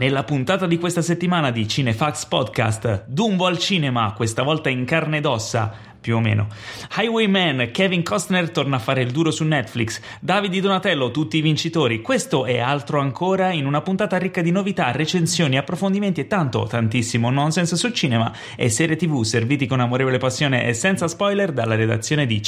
Nella puntata di questa settimana di Cinefax Podcast, Dumbo al cinema, questa volta in carne ed ossa, più o meno. Highwayman, Kevin Costner torna a fare il duro su Netflix, Davide Donatello, tutti i vincitori. Questo e altro ancora in una puntata ricca di novità, recensioni, approfondimenti e tantissimo nonsense sul cinema e serie TV serviti con amorevole passione e senza spoiler dalla redazione di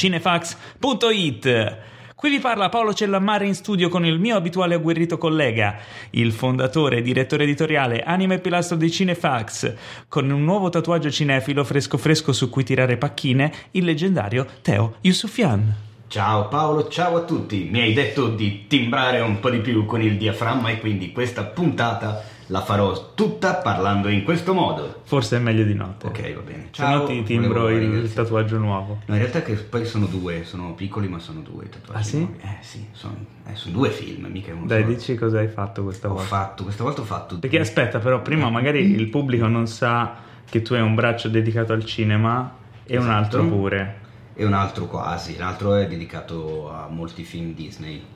cinefax.it. Qui vi parla Paolo Cellammare in studio con il mio abituale agguerrito collega, il fondatore e direttore editoriale, anima e pilastro di Cinefax, con un nuovo tatuaggio cinefilo fresco su cui tirare pacchine, il leggendario Teo Yusufian. Ciao Paolo, ciao a tutti. Mi hai detto di timbrare un po' di più con il diaframma e quindi questa puntata la farò tutta parlando in questo modo. Forse è meglio di no. Ok, va bene. Ciao. Se no ti timbro il tatuaggio nuovo. No, in realtà che poi sono due, sono piccoli ma sono due i tatuaggi. Ah sì? Nuovi. Sì, sono due film, mica uno. Dai, solo. Dici cosa hai fatto questa volta? Questa volta ho fatto... Perché aspetta, però prima magari il pubblico non sa che tu hai un braccio dedicato al cinema e un altro pure. E un altro quasi, l'altro è dedicato a molti film Disney.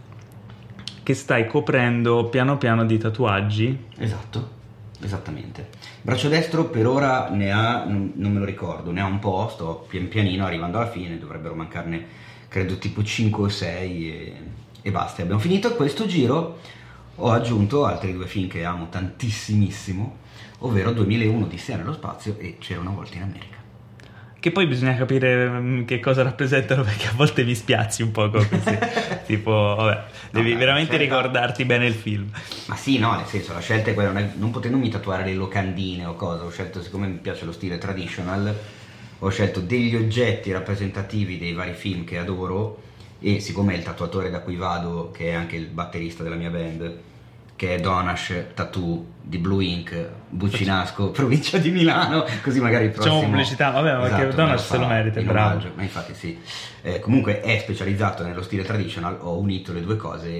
Che stai coprendo piano piano di tatuaggi. Esatto, esattamente. Braccio destro per ora ne ha, non me lo ricordo, ne ha un po', sto pian pianino arrivando alla fine, dovrebbero mancarne credo tipo 5 o 6 e basta. Abbiamo finito questo giro, ho aggiunto altri due film che amo tantissimissimo, ovvero 2001 Odissea nello spazio e C'era una volta in America. Che poi bisogna capire che cosa rappresentano, perché a volte vi spiazzi un po' così. Tipo, vabbè, devi veramente ricordarti bene il film. Ma sì, no, nel senso, la scelta è quella, non potendomi tatuare le locandine o cosa, ho scelto, siccome mi piace lo stile traditional, ho scelto degli oggetti rappresentativi dei vari film che adoro e siccome il tatuatore da cui vado, che è anche il batterista della mia band, che è Donash Tattoo di Blue Ink, Buccinasco, provincia di Milano, così magari il prossimo... Facciamo pubblicità, vabbè, esatto, perché Donash se lo merita, bravo. Ma infatti sì, comunque è specializzato nello stile traditional, ho unito le due cose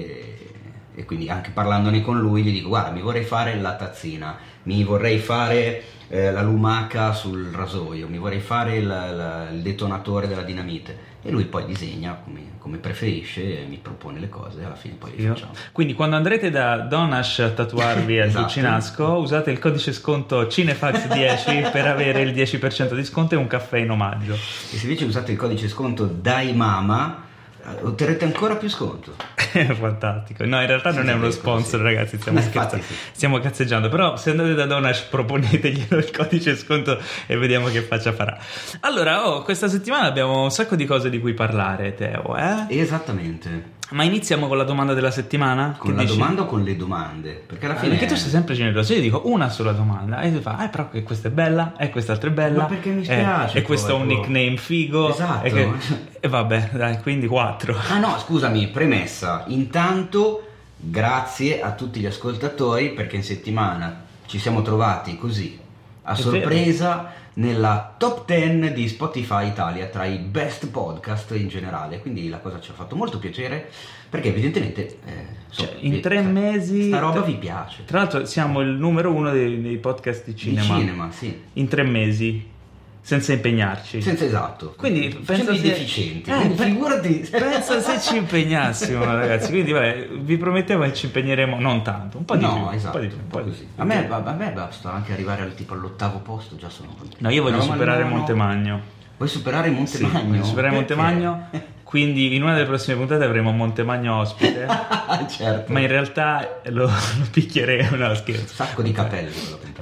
e quindi anche parlandone con lui gli dico guarda mi vorrei fare la tazzina, mi vorrei fare la lumaca sul rasoio, mi vorrei fare il detonatore della dinamite e lui poi disegna come preferisce, mi propone le cose e alla fine poi li facciamo. Quindi quando andrete da Donash a tatuarvi al Buccinasco usate il codice sconto Cinefax10 per avere il 10% di sconto e un caffè in omaggio. E se invece usate il codice sconto DAIMAMA otterrete ancora più sconto. Fantastico. No, in realtà non è uno sponsor, ragazzi, stiamo scherzando, stiamo cazzeggiando, però se andate da Donash proponeteglielo il codice sconto e vediamo che faccia farà. Allora, questa settimana abbiamo un sacco di cose di cui parlare, Teo, Esattamente. Ma iniziamo con la domanda della settimana? Con la domanda o con le domande? Perché alla fine... Perché tu sei sempre generoso, io dico una sola domanda e tu fai, però che questa è bella, e quest'altra è bella. Ma perché mi spiace. E questo ha un nickname figo. Esatto. E vabbè, dai, quindi 4. Ah no, scusami, premessa. Intanto, grazie a tutti gli ascoltatori, perché in settimana ci siamo trovati così, a sorpresa, nella top 10 di Spotify Italia tra i best podcast in generale, quindi la cosa ci ha fatto molto piacere perché evidentemente in 3 mesi sta roba vi piace. Tra l'altro siamo il numero 1 dei podcast di cinema, sì. In 3 mesi senza impegnarci, esatto, quindi pensa di deficienti, figurati, pensa se ci impegnassimo ragazzi, quindi vabbè, vi promettiamo che ci impegneremo non tanto, un po' di più, esatto, un po' di più. A me basta anche arrivare all'8° posto, già sono contento. No, io voglio superare Montemagno. Vuoi superare Montemagno? Sì, voglio superare Montemagno. Quindi in una delle prossime puntate avremo Montemagno ospite. Certo. Ma in realtà lo picchieremo, no scherzo. Un sacco di capelli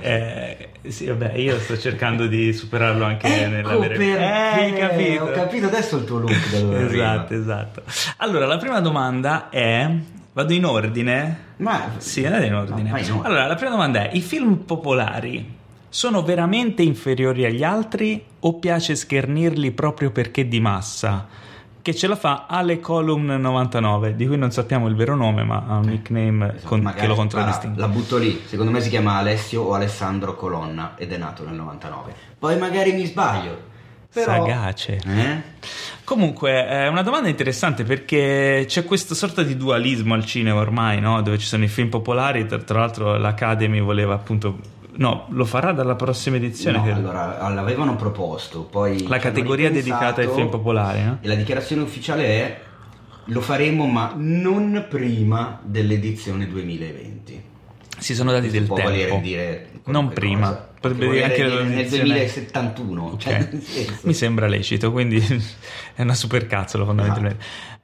sì, vabbè, io sto cercando di superarlo anche nella vera vita. Capito? Ho capito adesso il tuo look da dove esatto. Allora, la prima domanda è... Vado in ordine? Sì, andate in ordine. No. Allora, la prima domanda è: i film popolari sono veramente inferiori agli altri o piace schernirli proprio perché di massa? Che ce la fa Ale Column 99, di cui non sappiamo il vero nome, ma ha un nickname che lo contraddistingue. La butto lì, secondo me si chiama Alessio o Alessandro Colonna ed è nato nel 99. Poi magari mi sbaglio. Però... Sagace. Comunque è una domanda interessante perché c'è questa sorta di dualismo al cinema ormai, no? Dove ci sono i film popolari, tra l'altro l'Academy voleva appunto... No, lo farà dalla prossima edizione. No, allora l'avevano proposto, poi la categoria dedicata ai film popolari, no? E la dichiarazione ufficiale è: lo faremo ma non prima dell'edizione 2020. si sono dati del può tempo. valere dire non prima, cosa. potrebbe dire anche nel 2071, okay. cioè, nel senso. Mi sembra lecito, quindi è una supercazzola fondamentalmente.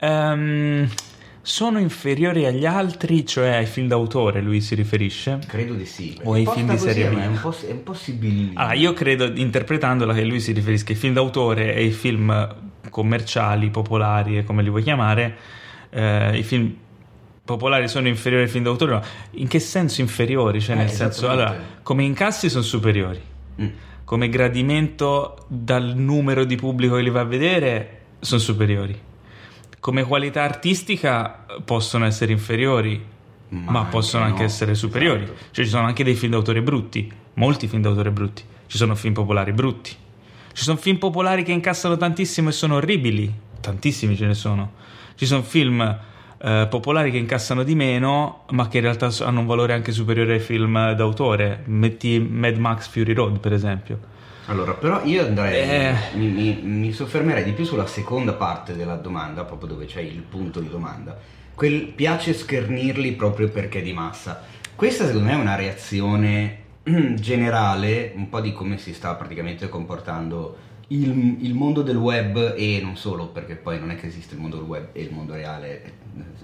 Sono inferiori agli altri, cioè ai film d'autore lui si riferisce? Credo di sì. O ai film di serie B? È un po' sibilino. Allora, io credo, interpretandola, che lui si riferisca ai film d'autore e ai film commerciali, popolari e come li vuoi chiamare. I film popolari sono inferiori ai film d'autore, no? In che senso inferiori? Cioè nel senso, allora, come incassi sono superiori, come gradimento dal numero di pubblico che li va a vedere sono superiori, come qualità artistica possono essere inferiori, ma possono anche essere superiori. Esatto. Cioè ci sono anche dei film d'autore brutti, molti film d'autore brutti, ci sono film popolari brutti, ci sono film popolari che incassano tantissimo e sono orribili, tantissimi ce ne sono. Ci sono film popolari che incassano di meno, ma che in realtà hanno un valore anche superiore ai film d'autore. Metti Mad Max Fury Road, per esempio. Allora, però io andrei mi soffermerei di più sulla seconda parte della domanda, proprio dove c'è il punto di domanda. Piace schernirli proprio perché di massa. Questa secondo me è una reazione generale, un po' di come si sta praticamente comportando il mondo del web, e non solo, perché poi non è che esiste il mondo del web e il mondo reale,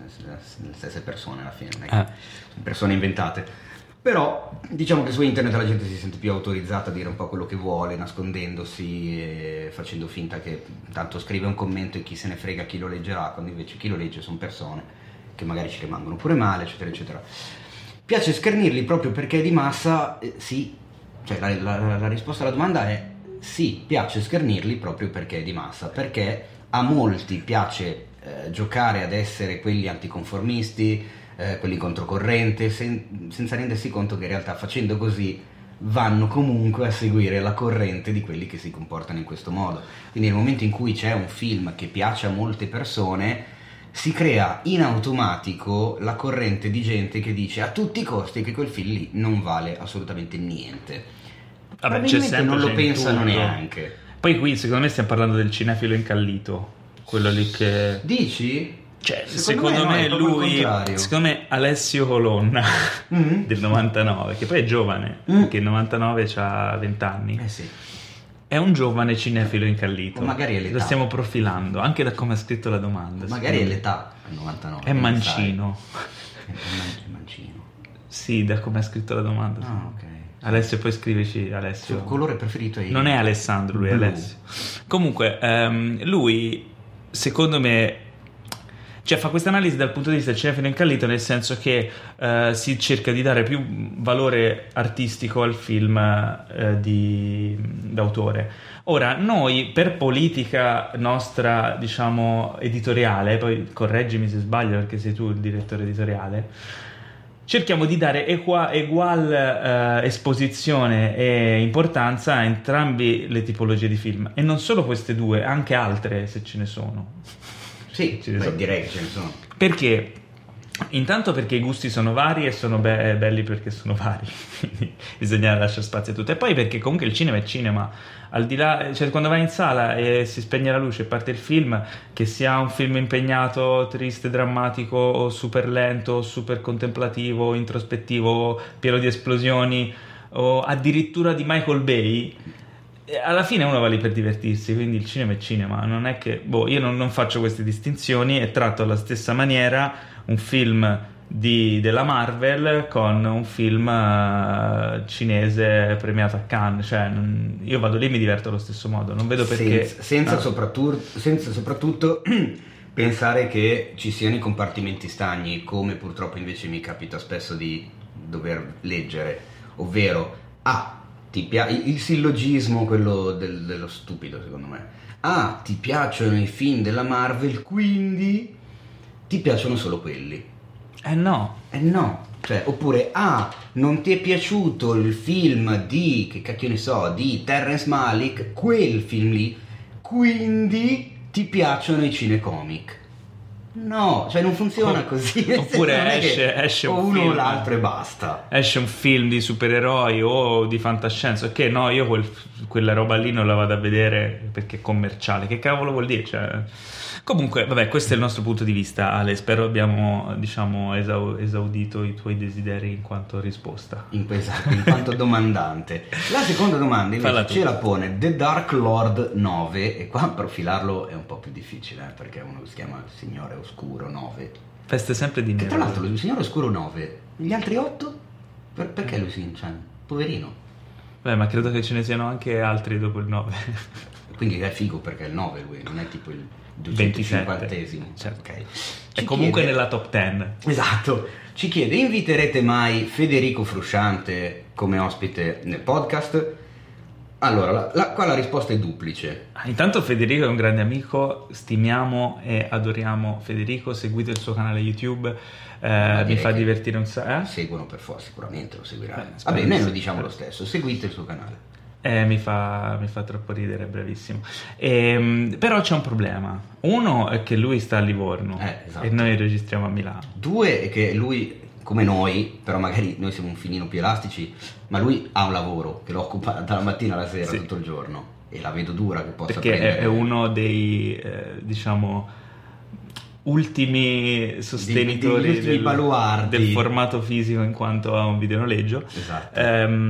le stesse persone alla fine, non è che sono persone inventate. Però diciamo che su internet la gente si sente più autorizzata a dire un po' quello che vuole, nascondendosi e facendo finta che tanto scrive un commento e chi se ne frega chi lo leggerà, quando invece chi lo legge sono persone che magari ci rimangono pure male, eccetera eccetera. Piace schernirli proprio perché è di massa? Sì, cioè la risposta alla domanda è sì, piace schernirli proprio perché è di massa, perché a molti piace giocare ad essere quelli anticonformisti, quelli controcorrente, senza rendersi conto che in realtà facendo così vanno comunque a seguire la corrente di quelli che si comportano in questo modo. Quindi nel momento in cui c'è un film che piace a molte persone, si crea in automatico la corrente di gente che dice a tutti i costi che quel film lì non vale assolutamente niente. Vabbè, c'è sempre, non lo pensano neanche. Poi qui secondo me stiamo parlando del cinefilo incallito, quello lì che... Dici? Cioè, secondo me lui, secondo me Alessio Colonna del 99, che poi è giovane, perché il 99 c'ha 20 anni. Sì. È un giovane cinefilo incallito. O magari è l'età. Lo stiamo profilando, anche da come ha scritto la domanda. Magari è l'età, al 99. È mancino. È mancino. Sì, da come ha scritto la domanda. Ah, ok. Alessio, poi scrivici Alessio. Il colore preferito è non è Alessandro, lui è Alessio. Comunque lui secondo me, cioè, fa questa analisi dal punto di vista del cinefilo incallito, nel senso che si cerca di dare più valore artistico al film d'autore. Ora, noi per politica nostra, diciamo, editoriale, poi correggimi se sbaglio perché sei tu il direttore editoriale, cerchiamo di dare egual esposizione e importanza a entrambi le tipologie di film, e non solo queste due, anche altre se ce ne sono. Sì, direi che ce ne sono. Perché? Intanto perché i gusti sono vari e sono belli perché sono vari, quindi bisogna lasciare spazio a tutto. E poi perché comunque il cinema è cinema, al di là, cioè quando vai in sala e si spegne la luce e parte il film, che sia un film impegnato, triste, drammatico, o super lento, super contemplativo, introspettivo, pieno di esplosioni, o addirittura di Michael Bay, alla fine uno va lì per divertirsi, quindi il cinema è cinema, non è che io non faccio queste distinzioni e tratto alla stessa maniera un film della Marvel con un film cinese premiato a Cannes, cioè io vado lì e mi diverto allo stesso modo, non vedo perché senza soprattutto pensare che ci siano i compartimenti stagni, come purtroppo invece mi capita spesso di dover leggere, ovvero il sillogismo, quello dello stupido secondo me. Ti piacciono i film della Marvel, quindi ti piacciono solo quelli. No. Cioè, oppure non ti è piaciuto il film di Terrence Malick, quel film lì, quindi ti piacciono i cinecomic. No, cioè non funziona così. Oppure esce o un uno film, o l'altro e basta. esce un film di supereroi o di fantascienza, ok, no, io quella roba lì non la vado a vedere perché è commerciale. Che cavolo vuol dire? Cioè, comunque, vabbè, questo è il nostro punto di vista, Ale. Spero abbiamo, diciamo, esaudito i tuoi desideri in quanto risposta. In quanto domandante. La seconda domanda invece ce la pone The Dark Lord 9, e qua profilarlo è un po' più difficile, perché uno si chiama Signore Oscuro 9. Feste sempre di Che nero. tra l'altro il Signore Oscuro 9, gli altri 8? Perché lui cioè, poverino. Beh, ma credo che ce ne siano anche altri dopo il 9. Quindi è figo perché è il 9 lui, non è tipo il 27. 250esimo. Certo. Ok. È comunque nella top 10. Esatto. Ci chiede: inviterete mai Federico Frusciante come ospite nel podcast? Allora, qua la risposta è duplice. Intanto Federico è un grande amico, stimiamo e adoriamo Federico, seguite il suo canale YouTube, mi fa divertire un sacco. Seguono per forza, sicuramente lo seguiranno. Spero Vabbè, di noi sì. lo diciamo lo stesso, seguite il suo canale. Mi fa troppo ridere, è bravissimo. Però c'è un problema. Uno è che lui sta a Livorno Esatto. e noi registriamo a Milano. Due è che lui, come noi, però magari noi siamo un filino più elastici, ma lui ha un lavoro che lo occupa dalla mattina alla sera, Sì. tutto il giorno, e la vedo dura che possa Perché prendere. è uno dei, diciamo, ultimi sostenitori degli ultimi baluardi del formato fisico in quanto a un videonoleggio. Esatto.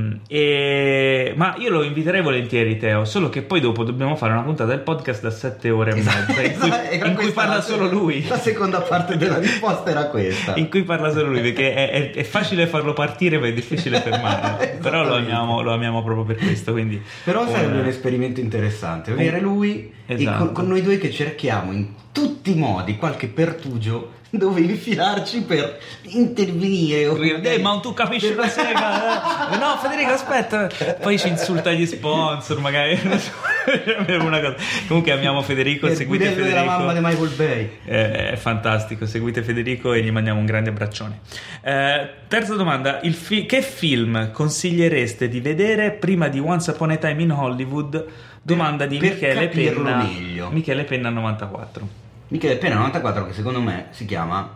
Ma io lo inviterei volentieri, Teo, solo che poi dopo dobbiamo fare una puntata del podcast da 7 ore e mezza in cui parla solo lui. La seconda parte della risposta era questa. In cui parla solo lui, perché è facile farlo partire ma è difficile fermare. Però lo amiamo proprio per questo, quindi Però sarebbe un esperimento interessante avere lui Esatto. e con noi due che cerchiamo in tutti i modi qualche pertugio dove infilarci per intervenire o ma tu capisci la sega? No, Federico, aspetta. Poi ci insulta gli sponsor, magari. Una cosa. Comunque amiamo Federico, il seguite budello Federico. della mamma di Michael Bay. È fantastico, seguite Federico e gli mandiamo un grande abbraccione. Terza domanda: che film consigliereste di vedere prima di Once Upon a Time in Hollywood? Domanda di Per Michele capirlo Penna. meglio. Michele Penna 94. Michele Penna 94, che secondo me si chiama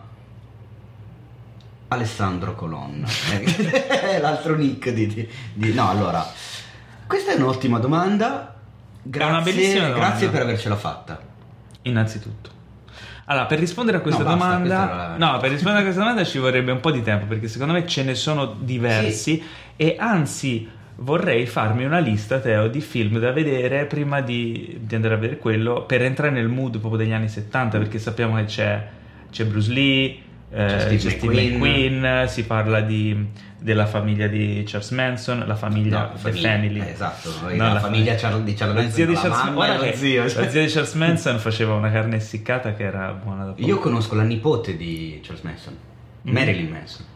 Alessandro Colonna. È l'altro nick No, allora, questa è un'ottima domanda. una bellissima domanda. Grazie per avercela fatta. Innanzitutto. Allora, per rispondere a questa No, basta, domanda, per rispondere a questa domanda ci vorrebbe un po' di tempo, perché secondo me ce ne sono diversi, e anzi vorrei farmi una lista, Teo, di film da vedere prima di andare a vedere quello, per entrare nel mood proprio degli anni 70, perché sappiamo che c'è Bruce Lee, c'è Steve McQueen, si parla della famiglia di Charles Manson, la famiglia The Family. Esatto, No, la famiglia di Charles la zia Manson, di la mamma e lo zio. la zia di Charles Manson faceva una carne essiccata che era buona da poco. Io conosco la nipote di Charles Manson, Marilyn Manson.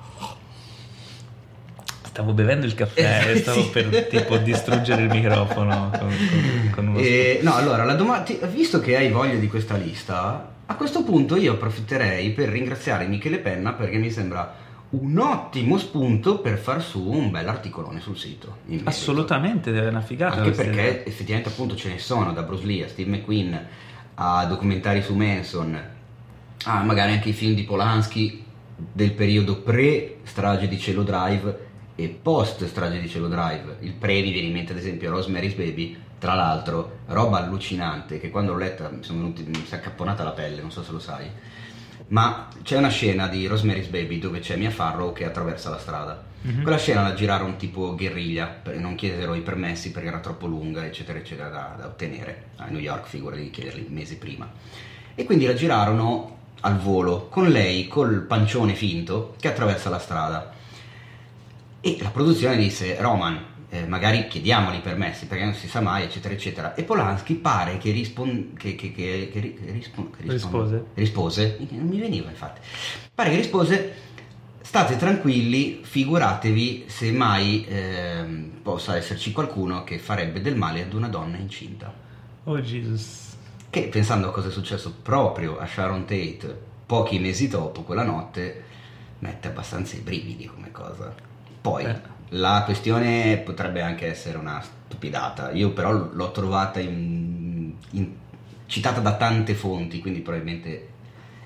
Stavo bevendo il caffè e stavo per tipo distruggere il microfono con uno No, allora, visto che hai voglia di questa lista, a questo punto io approfitterei per ringraziare Michele Penna, perché mi sembra un ottimo spunto per far su un bel articolone sul sito. Assolutamente, è una figata. Anche perché effettivamente appunto ce ne sono, da Bruce Lee a Steve McQueen a documentari su Manson, a magari anche i film di Polanski del periodo pre-strage di Cielo Drive e post strage di Cielo Drive. Il pre mi viene in mente ad esempio Rosemary's Baby, tra l'altro roba allucinante che quando l'ho letta mi si è accapponata la pelle, non so se lo sai, ma c'è una scena di Rosemary's Baby dove c'è Mia Farrow che attraversa la strada. Quella scena la girarono tipo guerriglia, non chiesero i permessi perché era troppo lunga, eccetera eccetera, da ottenere a New York, figurati di chiederli mesi prima, e quindi la girarono al volo con lei col pancione finto che attraversa la strada. E la produzione disse: Roman, magari chiediamoli i permessi perché non si sa mai, eccetera eccetera. E Polanski pare che rispose, non mi veniva infatti, pare che rispose: state tranquilli, figuratevi se mai possa esserci qualcuno che farebbe del male ad una donna incinta. Oh Jesus. Che, pensando a cosa è successo proprio a Sharon Tate pochi mesi dopo, quella notte, mette abbastanza i brividi come cosa. Poi la questione potrebbe anche essere una stupidata, io però l'ho trovata citata da tante fonti, quindi probabilmente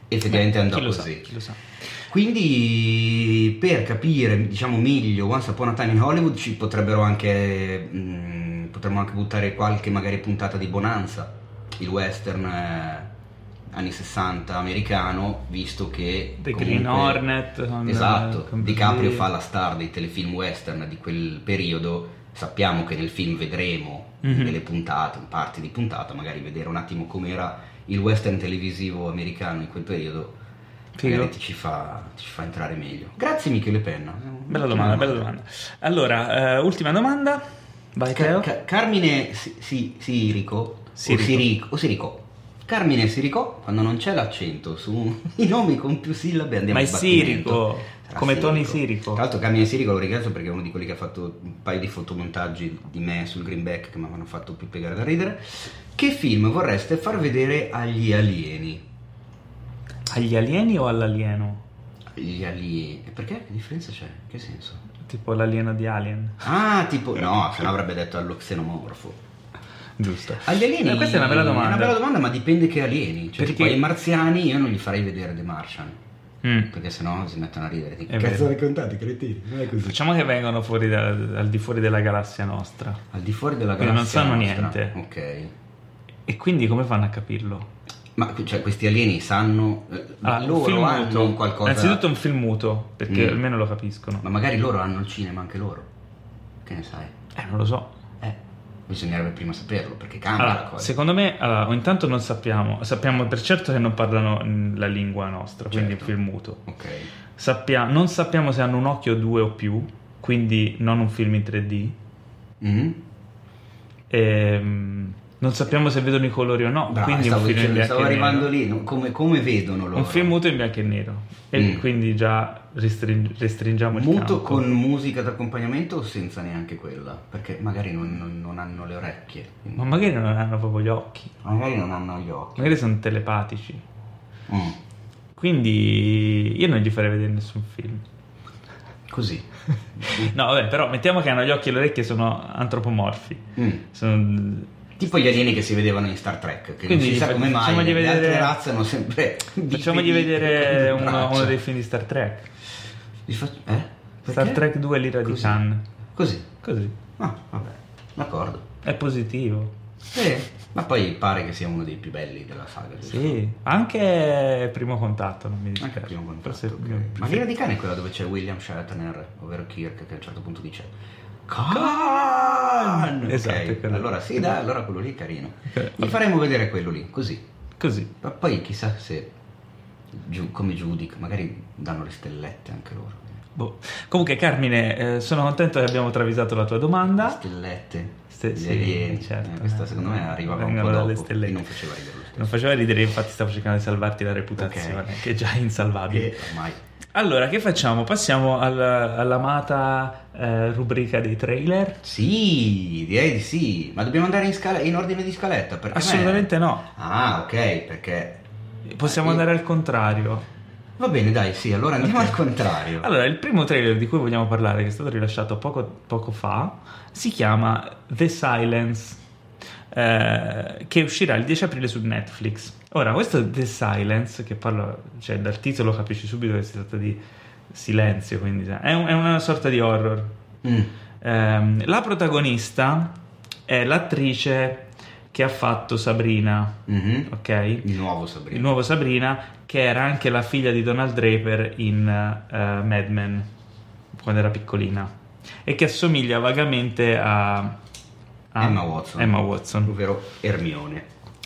effettivamente andò chi lo così. Chi lo sa. Quindi per capire, diciamo, meglio Once Upon a Time in Hollywood ci potremmo anche buttare qualche magari puntata di Bonanza, il western anni 60 americano, visto che The Green Hornet esatto, con DiCaprio fa la star dei telefilm western di quel periodo. Sappiamo che nel film vedremo delle puntate, parti di puntata, magari vedere un attimo com'era il western televisivo americano in quel periodo. Magari ci fa entrare meglio. Grazie Michele Penna. Bella domanda. Allora, ultima domanda. Vai Teo. Carmine Sirico. Carmine Sirico, quando non c'è l'accento su i nomi con più sillabe andiamo a Sirico, come Tony Sirico. Tra l'altro Carmine Sirico lo ringrazio perché è uno di quelli che ha fatto un paio di fotomontaggi di me sul greenback che mi hanno fatto più piegare da ridere. Che film vorreste far vedere agli alieni? Agli alieni o all'alieno? Gli alieni. Perché? Che differenza c'è? Che senso? Tipo l'alieno di Alien. Ah, tipo... No, se no avrebbe detto allo xenomorfo. Giusto. Agli alieni... Questa è una bella domanda. È una bella domanda, ma dipende che alieni. Cioè, perché tipo ai marziani io non gli farei vedere The Martian. Perché sennò si mettono a ridere. Che cazzo raccontate, cretini? Non è così. Facciamo che vengono fuori al di fuori della galassia nostra. Al di fuori della quindi galassia non sanno nostra. niente. Ok. E quindi come fanno a capirlo? Ma cioè questi alieni sanno loro hanno un qualcosa. Innanzitutto un film muto, perché almeno lo capiscono. Ma magari loro hanno il cinema anche loro. Che ne sai? Non lo so. Bisognerebbe prima saperlo, perché cambia la cosa. Secondo me, intanto non sappiamo per certo che non parlano la lingua nostra, quindi un film muto. Ok. Non sappiamo se hanno un occhio o due o più, quindi non un film in 3D. Non sappiamo se vedono i colori o no. Brava, quindi un film in bianco stavo e arrivando nero. lì, come vedono loro? Un film muto in bianco e nero. E quindi già restringiamo il muto campo. Con musica d'accompagnamento o senza neanche quella? Perché magari non hanno le orecchie. Ma magari non hanno proprio gli occhi. Magari non hanno gli occhi. Magari sono telepatici. Quindi io non gli farei vedere nessun film. Così. No, vabbè, però mettiamo che hanno gli occhi e le orecchie sono antropomorfi. Sono... tipo gli alieni che si vedevano in Star Trek, che quindi non si sa come mai le altre razze hanno sempre facciamogli vedere uno dei film di Star Trek. Star Trek 2 l'ira di Khan. Così. Ah, vabbè, d'accordo. È positivo. Ma poi pare che sia uno dei più belli della saga. Sì, anche Primo Contatto, non mi dispiace. Anche Primo Contatto, okay. Ma l'ira di Khan è quella dove c'è William Shatner, ovvero Kirk, che a un certo punto dice Khan! Esatto, okay. Allora sì, dai, allora quello lì è carino. Gli faremo vedere quello lì, così. Ma poi chissà se come Judic, magari danno le stellette anche loro. Comunque Carmine, sono contento che abbiamo travisato la tua domanda. Stellette. Sì, certo. Questa secondo me arrivava un po' dopo e non faceva ridere lo stesso. Non faceva ridere, infatti stavo cercando di salvarti la reputazione, che è già insalvabile. Ormai. Allora, che facciamo? Passiamo all'amata rubrica dei trailer? Sì, direi di sì. Ma dobbiamo andare in ordine di scaletta? Perché assolutamente no. Ah, ok, perché... Possiamo andare al contrario. Va bene, dai, sì, allora andiamo al contrario. Allora, il primo trailer di cui vogliamo parlare, che è stato rilasciato poco fa, si chiama The Silence, che uscirà il 10 aprile su Netflix. Ora, questo The Silence, che parla, cioè dal titolo capisci subito che si tratta di silenzio, quindi è una sorta di horror. La protagonista è l'attrice che ha fatto Sabrina, ok? Il nuovo Sabrina, che era anche la figlia di Donald Draper in Mad Men, quando era piccolina, e che assomiglia vagamente a Emma Watson, ovvero Hermione.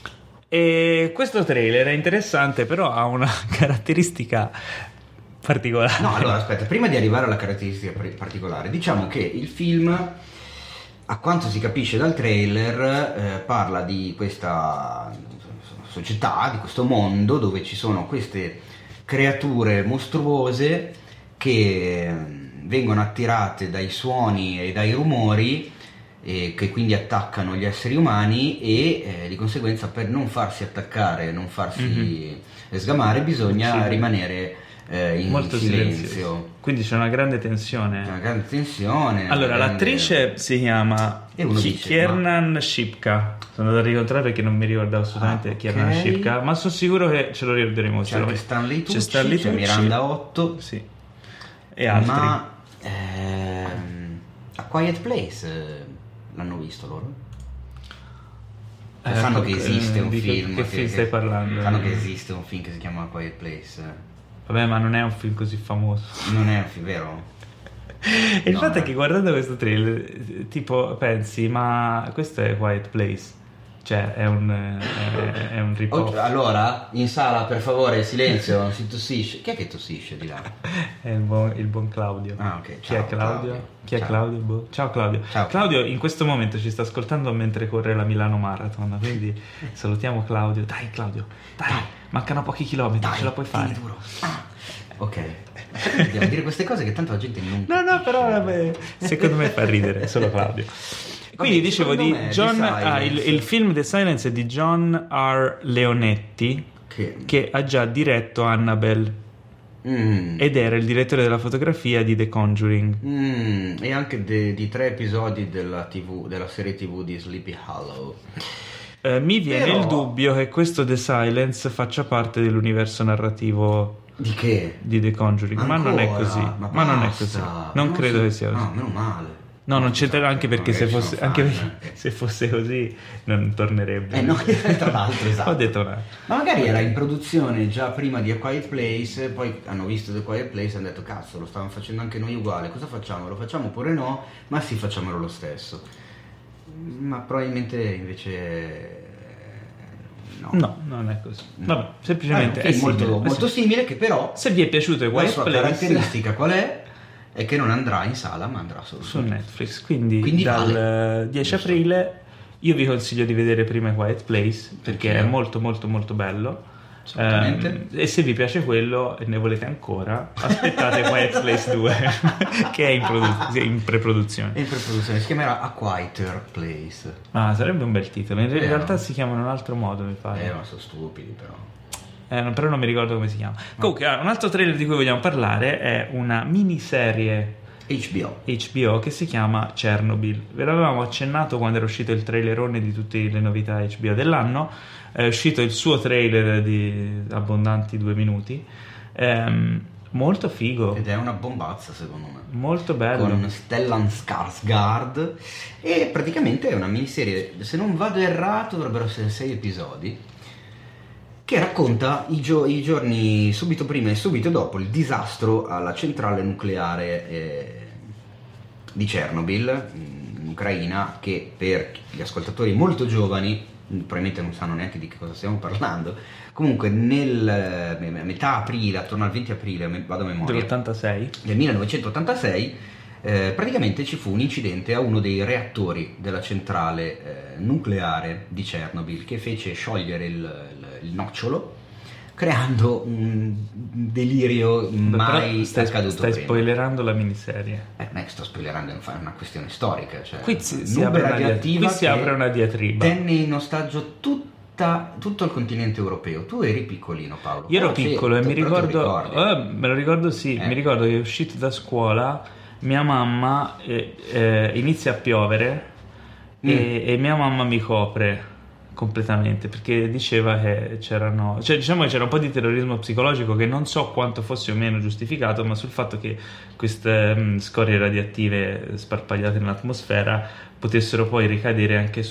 E questo trailer è interessante, però ha una caratteristica particolare. No, allora aspetta, prima di arrivare alla caratteristica particolare, diciamo che il film, a quanto si capisce dal trailer, parla di questa società, di questo mondo dove ci sono queste creature mostruose che vengono attirate dai suoni e dai rumori e che quindi attaccano gli esseri umani e di conseguenza per non farsi attaccare, non farsi sgamare bisogna rimanere in molto silenzio. Quindi c'è una grande tensione. Allora, l'attrice si chiama E uno dice, Kiernan Shipka. Sono andato a ricontrare perché non mi ricordavo assolutamente Kiernan Shipka, ma sono sicuro che ce lo ricorderemo. C'è anche Stanley Tucci, c'è Miranda Otto, sì, e altri. Ma A Quiet Place l'hanno visto loro? Sanno che esiste un film. Che film stai parlando? Sanno che esiste un film che si chiama A Quiet Place. Vabbè, ma non è un film così famoso. Non è un film, vero? E il fatto è che guardando questo trailer, tipo, pensi, ma questo è Quiet Place? Cioè, è un rip-off. Allora, in sala, per favore, silenzio, non si tossisce. Chi è che tossisce di là? È il buon Claudio. Ah, ok. Chi è Claudio? Chi è Claudio? Boh. Ciao Claudio. Ciao. Claudio in questo momento ci sta ascoltando mentre corre la Milano Marathon, quindi salutiamo Claudio. Dai Claudio, dai. Mancano pochi chilometri, ce la puoi fare. Duro. Ok. Devo dire queste cose che tanto la gente non No, però vabbè, secondo me fa ridere, solo Claudio. Quindi dicevo di John, il film The Silence è di John R. Leonetti, che ha già diretto Annabelle ed era il direttore della fotografia di The Conjuring e anche di 3 episodi della serie TV di Sleepy Hollow. Mi viene il dubbio che questo The Silence faccia parte dell'universo narrativo di che? Di The Conjuring. Ancora? Ma non è così. Ma non è così. Non credo che sia così. No, meno male. No, non c'entrerà, anche perché se fosse così non tornerebbe. No, tra l'altro, esatto. Ho detto no. Ma magari era in produzione già prima di A Quiet Place, poi hanno visto The Quiet Place e hanno detto cazzo, lo stavamo facendo anche noi uguale, cosa facciamo? Lo facciamo oppure no? Ma sì, facciamolo lo stesso. Ma probabilmente invece no, non è così. Vabbè, semplicemente è molto simile, che però se vi è piaciuto The Quiet Place, la sua caratteristica qual è? È che non andrà in sala, ma andrà solo su Netflix. Quindi dal vale. 10 aprile io vi consiglio di vedere prima Quiet Place, perché è molto molto molto bello. E se vi piace quello e ne volete ancora, aspettate Quiet Place 2 che è in pre-produzione. Si chiamerà A Quieter Place. Sarebbe un bel titolo. In realtà si chiama in un altro modo, mi pare. Ma sono stupidi però. Però non mi ricordo come si chiama. Comunque, un altro trailer di cui vogliamo parlare è una miniserie HBO che si chiama Chernobyl. Ve l'avevamo accennato quando era uscito il trailerone di tutte le novità HBO dell'anno. È uscito il suo trailer di abbondanti 2 minuti. Molto figo. Ed è una bombazza, secondo me. Molto bello. Con Stellan Skarsgård. E praticamente è una miniserie, se non vado errato, dovrebbero essere 6 episodi, che racconta i giorni subito prima e subito dopo il disastro alla centrale nucleare di Chernobyl in Ucraina, che per gli ascoltatori molto giovani probabilmente non sanno neanche di che cosa stiamo parlando. Comunque nel metà aprile, attorno al 20 aprile, vado a memoria, del 1986, praticamente ci fu un incidente a uno dei reattori della centrale nucleare di Chernobyl, che fece sciogliere il nocciolo, creando un delirio mai accaduto stai prima. spoilerando la miniserie. Sto spoilerando, è una questione storica, cioè, qui si apre una diatriba. Tenne in ostaggio tutto il continente europeo. Tu eri piccolino, Paolo. Io ero piccolo e mi ricordo, me lo ricordo, sì, mi ricordo che uscito da scuola mia mamma inizia a piovere e mia mamma mi copre completamente, perché diceva che c'erano, cioè diciamo che c'era un po' di terrorismo psicologico che non so quanto fosse o meno giustificato, ma sul fatto che queste scorie radioattive sparpagliate nell'atmosfera potessero poi ricadere anche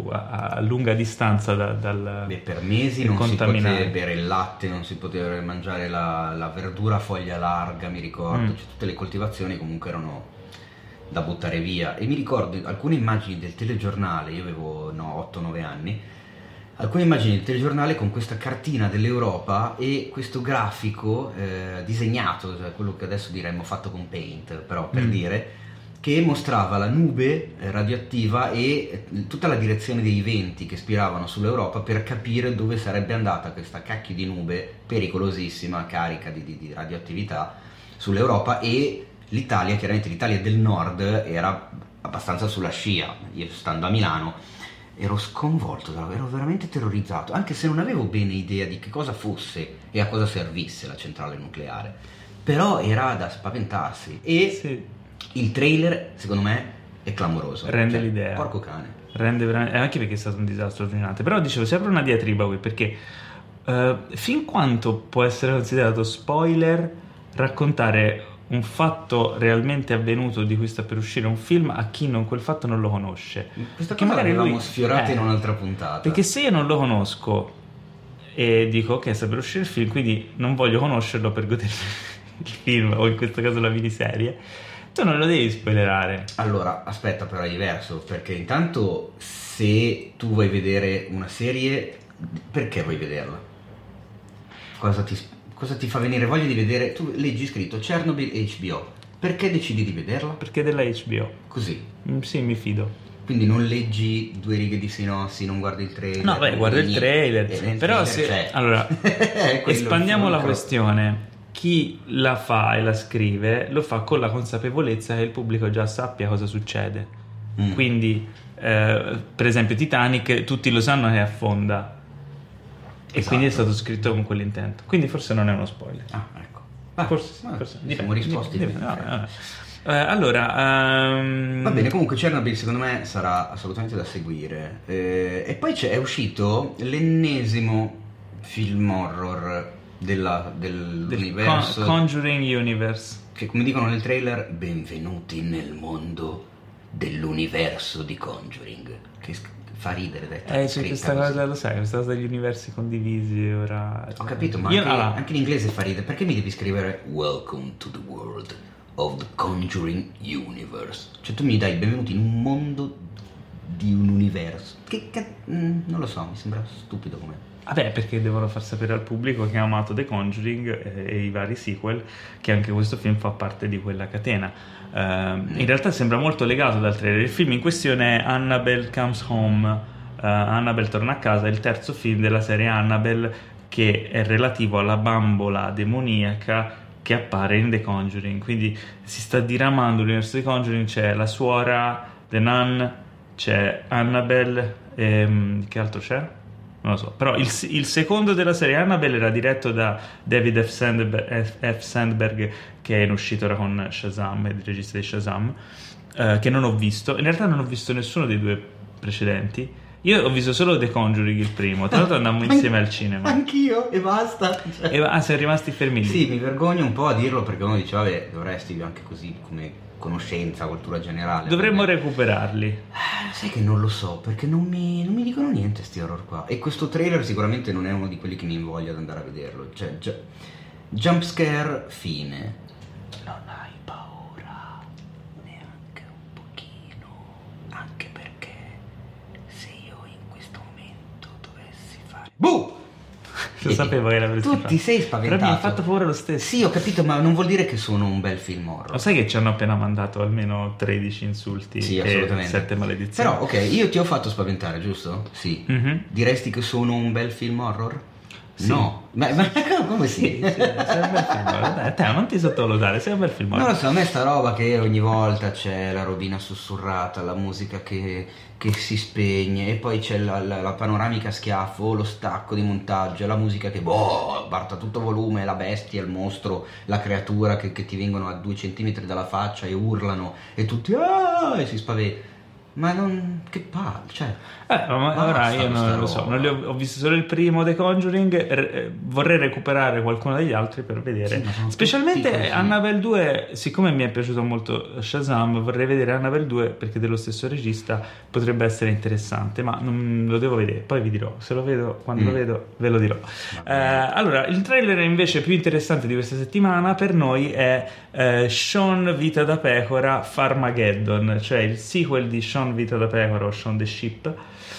a lunga distanza dal per mesi non si poteva bere il latte, non si poteva mangiare la verdura a foglia larga, mi ricordo, cioè, tutte le coltivazioni comunque erano da buttare via. E mi ricordo alcune immagini del telegiornale, io avevo 8-9 anni, alcune immagini del telegiornale con questa cartina dell'Europa e questo grafico disegnato, cioè quello che adesso diremmo fatto con Paint, però per dire, che mostrava la nube radioattiva e tutta la direzione dei venti che spiravano sull'Europa per capire dove sarebbe andata questa cacchio di nube pericolosissima, carica di radioattività sull'Europa. E l'Italia, chiaramente l'Italia del nord, era abbastanza sulla scia. Io, stando a Milano, ero sconvolto, ero veramente terrorizzato, anche se non avevo bene idea di che cosa fosse e a cosa servisse la centrale nucleare, però era da spaventarsi. E il trailer, secondo me, è clamoroso. Rende l'idea. Porco cane. Rende veramente, anche perché è stato un disastro allucinante. Però dicevo, sempre una diatriba qui, perché fin quanto può essere considerato spoiler raccontare un fatto realmente avvenuto di cui sta per uscire un film a chi quel fatto non lo conosce? Questa Che cosa magari l'avevamo lui sfiorata in un'altra puntata. Perché se io non lo conosco e dico ok, sta per uscire il film, quindi non voglio conoscerlo per godermi il film, o in questo caso la miniserie, tu non lo devi spoilerare. Allora, aspetta, però è diverso, perché intanto se tu vuoi vedere una serie, perché vuoi vederla? Cosa ti fa venire voglia di vedere? Tu leggi scritto Chernobyl HBO, perché decidi di vederla? Perché della HBO. Così. Sì, mi fido. Quindi non leggi 2 righe di sinossi, non guardi il trailer. No, beh, guarda il trailer. Però allora, espandiamo la questione. Chi la fa e la scrive lo fa con la consapevolezza che il pubblico già sappia cosa succede. Quindi, per esempio, Titanic, tutti lo sanno che affonda. E quindi è stato scritto con quell'intento. Quindi forse non è uno spoiler. Ah, ecco. Forse siamo risposti. Allora, va bene, comunque Chernobyl secondo me sarà assolutamente da seguire. E poi è uscito l'ennesimo film horror dell'universo, Conjuring Universe, che come dicono nel trailer, benvenuti nel mondo dell'universo di Conjuring, che fa ridere detto. C'è questa cosa, lo sai, questa cosa degli universi condivisi ora. Ho capito, ma anche in inglese fa ridere. Perché mi devi scrivere Welcome to the world of the Conjuring Universe? Cioè tu mi dai benvenuti in un mondo di un universo non lo so, mi sembra stupido come. Vabbè, perché devono far sapere al pubblico che ha amato The Conjuring e i vari sequel che anche questo film fa parte di quella catena. In realtà sembra molto legato dal trailer. Il film in questione è Annabelle Comes Home. Annabelle torna a casa, è il terzo film della serie Annabelle, che è relativo alla bambola demoniaca che appare in The Conjuring. Quindi si sta diramando l'universo di Conjuring. C'è la suora, The Nun, c'è Annabelle, che altro c'è? Non lo so, però il secondo della serie Annabelle era diretto da David F. Sandberg, che è uscito ora con Shazam, è il regista di Shazam, che non ho visto. In realtà non ho visto nessuno dei 2 precedenti. Io ho visto solo The Conjuring, il primo. Tra l'altro andammo insieme al cinema. Anch'io, e basta. Siamo rimasti fermi lì. Sì, mi vergogno un po' a dirlo, perché uno dice vabbè, dovresti anche così come conoscenza, cultura generale. Dovremmo recuperarli. Sai che non lo so, perché non mi dicono niente sti horror qua. E questo trailer sicuramente non è uno di quelli che mi invoglia ad andare a vederlo. Cioè, jump scare, fine. Non hai paura neanche un pochino, anche perché se io in questo momento dovessi fare Lo sapevo che era per tu ti sei spaventato. Però mi ha fatto paura lo stesso. Sì, ho capito, ma non vuol dire che sono un bel film horror. Lo sai che ci hanno appena mandato almeno 13 insulti, sì, e 7 maledizioni. Però ok, io ti ho fatto spaventare, giusto? Sì. Diresti che sono un bel film horror? Sì. No, ma come sì? Sei un bel film horror. Te non ti sottovalutare, sei un bel film horror. Non lo so, a me sta roba che ogni volta c'è la robina sussurrata, la musica che si spegne, e poi c'è la panoramica a schiaffo, lo stacco di montaggio, la musica che parta a tutto volume, la bestia, il mostro, la creatura che ti vengono a 2 centimetri dalla faccia e urlano e tutti e si spaventano. Ma non, che palle, cioè. Ma ora io non lo so, ho visto solo il primo The Conjuring, vorrei recuperare qualcuno degli altri per vedere. Sì, specialmente Annabelle 2, siccome mi è piaciuto molto Shazam, vorrei vedere Annabelle 2 perché dello stesso regista potrebbe essere interessante, ma non lo devo vedere, poi vi dirò, se lo vedo, quando lo vedo ve lo dirò. Allora, il trailer invece più interessante di questa settimana per noi è Shaun Vita da Pecora Farmageddon, cioè il sequel di Shaun Vita da Pecora o Shaun the Sheep.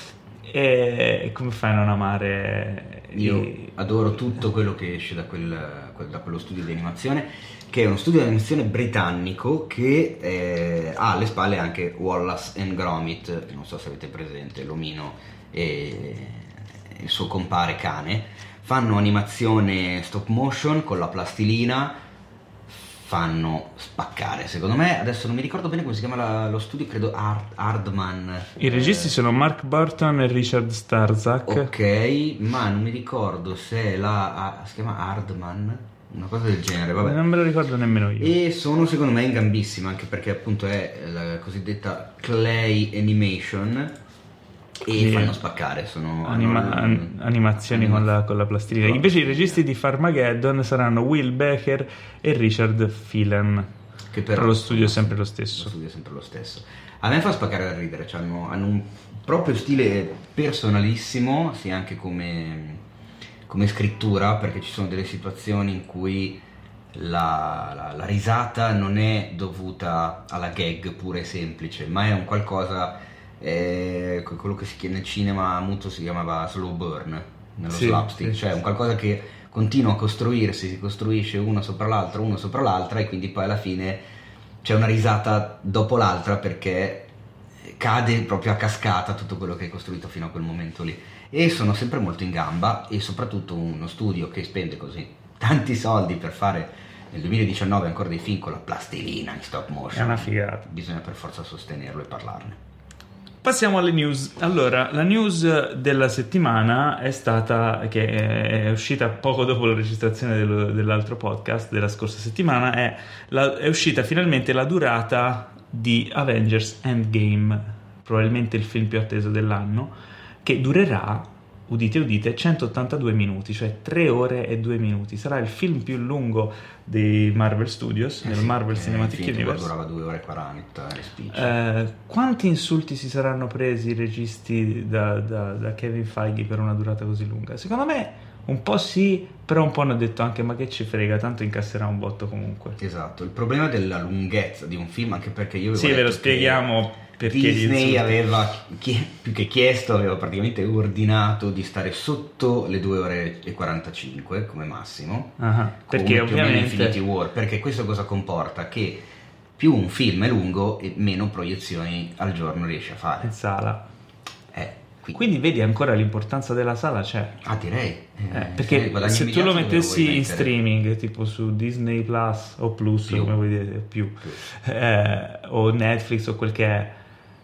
E come fai a non amare? Io adoro tutto quello che esce da quello studio di animazione, che è uno studio di animazione britannico che ha alle spalle anche Wallace and Gromit, non so se avete presente, l'omino e il suo compare cane. Fanno animazione stop motion con la plastilina, fanno spaccare, secondo me. Adesso non mi ricordo bene come si chiama lo studio, credo Hardman. I registi sono Mark Burton e Richard Starzak. Ok, ma non mi ricordo se si chiama Hardman una cosa del genere, vabbè. Non me lo ricordo nemmeno io. E sono secondo me in gambissima, anche perché appunto è la cosiddetta clay animation e fanno spaccare, sono animazioni con la plastilina. Invece i registi di Farmageddon saranno Will Becker e Richard Phelan, che però lo studio è sempre lo stesso. A me fa spaccare da ridere, cioè hanno un proprio stile personalissimo, sia anche come scrittura, perché ci sono delle situazioni in cui la risata non è dovuta alla gag pura e semplice, ma è un qualcosa, quello che nel cinema muto si chiamava slow burn, nello slapstick, cioè un qualcosa che continua a costruirsi, si costruisce uno sopra l'altra e quindi poi alla fine c'è una risata dopo l'altra perché cade proprio a cascata tutto quello che hai costruito fino a quel momento lì. E sono sempre molto in gamba, e soprattutto uno studio che spende così tanti soldi per fare nel 2019 ancora dei film con la plastilina in stop motion. È una figata. Bisogna per forza sostenerlo e parlarne. Passiamo alle news. Allora, la news della settimana è stata, che è uscita poco dopo la registrazione dell'altro podcast della scorsa settimana, è uscita finalmente la durata di Avengers Endgame, probabilmente il film più atteso dell'anno, che durerà, udite udite, 182 minuti, cioè 3 ore e 2 minuti. Sarà il film più lungo dei Marvel Studios, nel Marvel Cinematic Universe. Durava 2 ore e 40. Quanti insulti si saranno presi i registi da Kevin Feige per una durata così lunga? Secondo me un po' sì, però un po' hanno detto anche ma che ci frega, tanto incasserà un botto comunque. Esatto, il problema della lunghezza di un film, anche perché io sì, ve lo spieghiamo. Perché Disney aveva più che chiesto, aveva praticamente ordinato di stare sotto le 2 ore e 45 come massimo, perché ovviamente Infinity War, perché questo cosa comporta? Che più un film è lungo e meno proiezioni al giorno riesce a fare in sala. Quindi vedi ancora l'importanza della sala c'è. Direi. Perché se tu lo mettessi in streaming, tipo su Disney Plus o Plus, come vuoi dire, più. O Netflix o quel che è,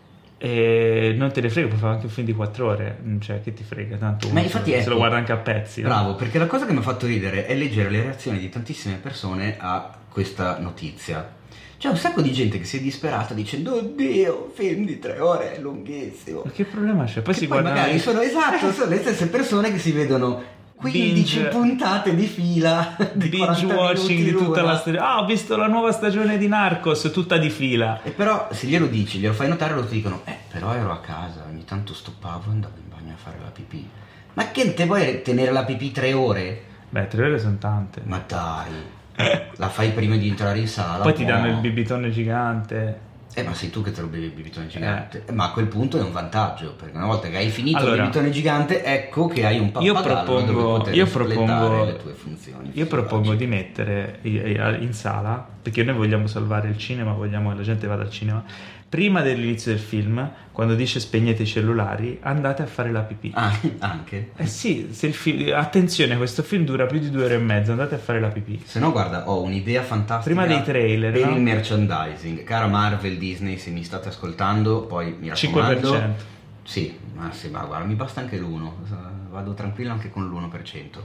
non te ne frega, puoi fare anche un film di 4 ore, cioè che ti frega, tanto ma infatti se lo guarda anche a pezzi. Bravo, perché la cosa che mi ha fatto ridere è leggere le reazioni di tantissime persone a questa notizia. C'è un sacco di gente che si è disperata dicendo oddio, film di 3 ore è lunghissimo. Ma che problema c'è? Poi che si poi guarda magari sono le stesse persone che si vedono 15 puntate di fila di binge watching di tutta la stagione. Ho visto la nuova stagione di Narcos tutta di fila. E però se glielo dici, glielo fai notare, loro ti dicono però ero a casa, ogni tanto stoppavo e andavo in bagno a fare la pipì. Ma che te vuoi tenere la pipì 3 ore? Beh, 3 ore sono tante. Ma dai, la fai prima di entrare in sala. Poi ti danno il bibitone gigante. Ma sei tu che te lo bevi il bibitone gigante. Ma a quel punto è un vantaggio, perché una volta che hai finito il bibitone gigante, ecco che hai un pappagallo dove poter espletare le tue funzioni. Io propongo di mettere in sala, perché noi vogliamo salvare il cinema, vogliamo che la gente vada al cinema, prima dell'inizio del film, quando dice spegnete i cellulari, andate a fare la pipì. Anche? Sì, se il film, attenzione, questo film dura più di 2 ore e mezza, andate a fare la pipì. Se no, guarda, ho un'idea fantastica prima dei trailer, per il merchandising. Cara Marvel, Disney, se mi state ascoltando, poi mi raccomando 5%. Sì, ma guarda, mi basta anche l'1, vado tranquillo anche con l'1%.